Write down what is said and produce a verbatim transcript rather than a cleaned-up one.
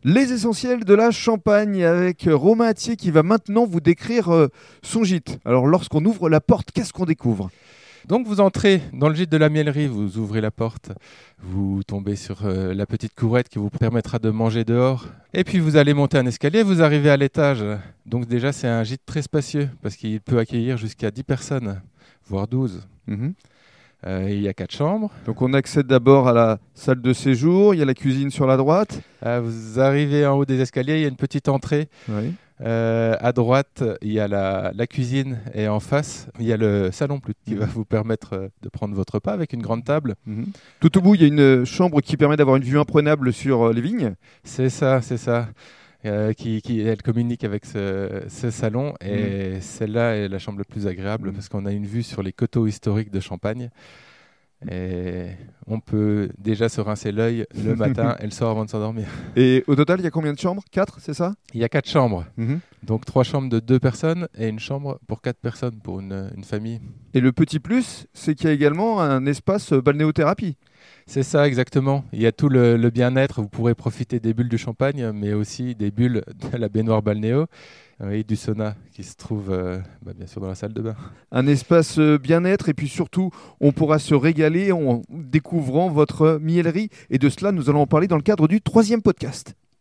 Les essentiels de la Champagne avec Romain Attier qui va maintenant vous décrire euh, son gîte. Alors lorsqu'on ouvre la porte, qu'est-ce qu'on découvre ? Donc vous entrez dans le gîte de la Mielerie, vous ouvrez la porte, vous tombez sur euh, la petite courette qui vous permettra de manger dehors. Et puis vous allez monter un escalier, vous arrivez à l'étage. Donc déjà c'est un gîte très spacieux parce qu'il peut accueillir jusqu'à dix personnes, voire douze. Mmh. Euh, il y a quatre chambres. Donc on accède d'abord à la salle de séjour, il y a la cuisine sur la droite. Euh, vous arrivez en haut des escaliers, il y a une petite entrée. Oui. Euh, à droite, il y a la, la cuisine et en face, il y a le salon plus, qui mmh. va vous permettre de prendre votre repas avec une grande table. Mmh. Tout au bout, il y a une chambre qui permet d'avoir une vue imprenable sur les vignes. C'est ça, c'est ça. Euh, qui, qui, elle communique avec ce, ce salon et mmh. celle-là est la chambre la plus agréable mmh. parce qu'on a une vue sur les coteaux historiques de Champagne. Et on peut déjà se rincer l'œil le matin et le soir avant de s'endormir. Et au total, il y a combien de chambres ? Quatre, c'est ça ? Il y a quatre chambres. Mmh. Donc trois chambres de deux personnes et une chambre pour quatre personnes, pour une, une famille. Et le petit plus, c'est qu'il y a également un espace balnéothérapie. C'est ça, exactement. Il y a tout le, le bien-être. Vous pourrez profiter des bulles du champagne, mais aussi des bulles de la baignoire balnéo et du sauna qui se trouve euh, bah, bien sûr dans la salle de bain. Un espace bien-être et puis surtout, on pourra se régaler en découvrant votre mielerie. Et de cela, nous allons en parler dans le cadre du troisième podcast.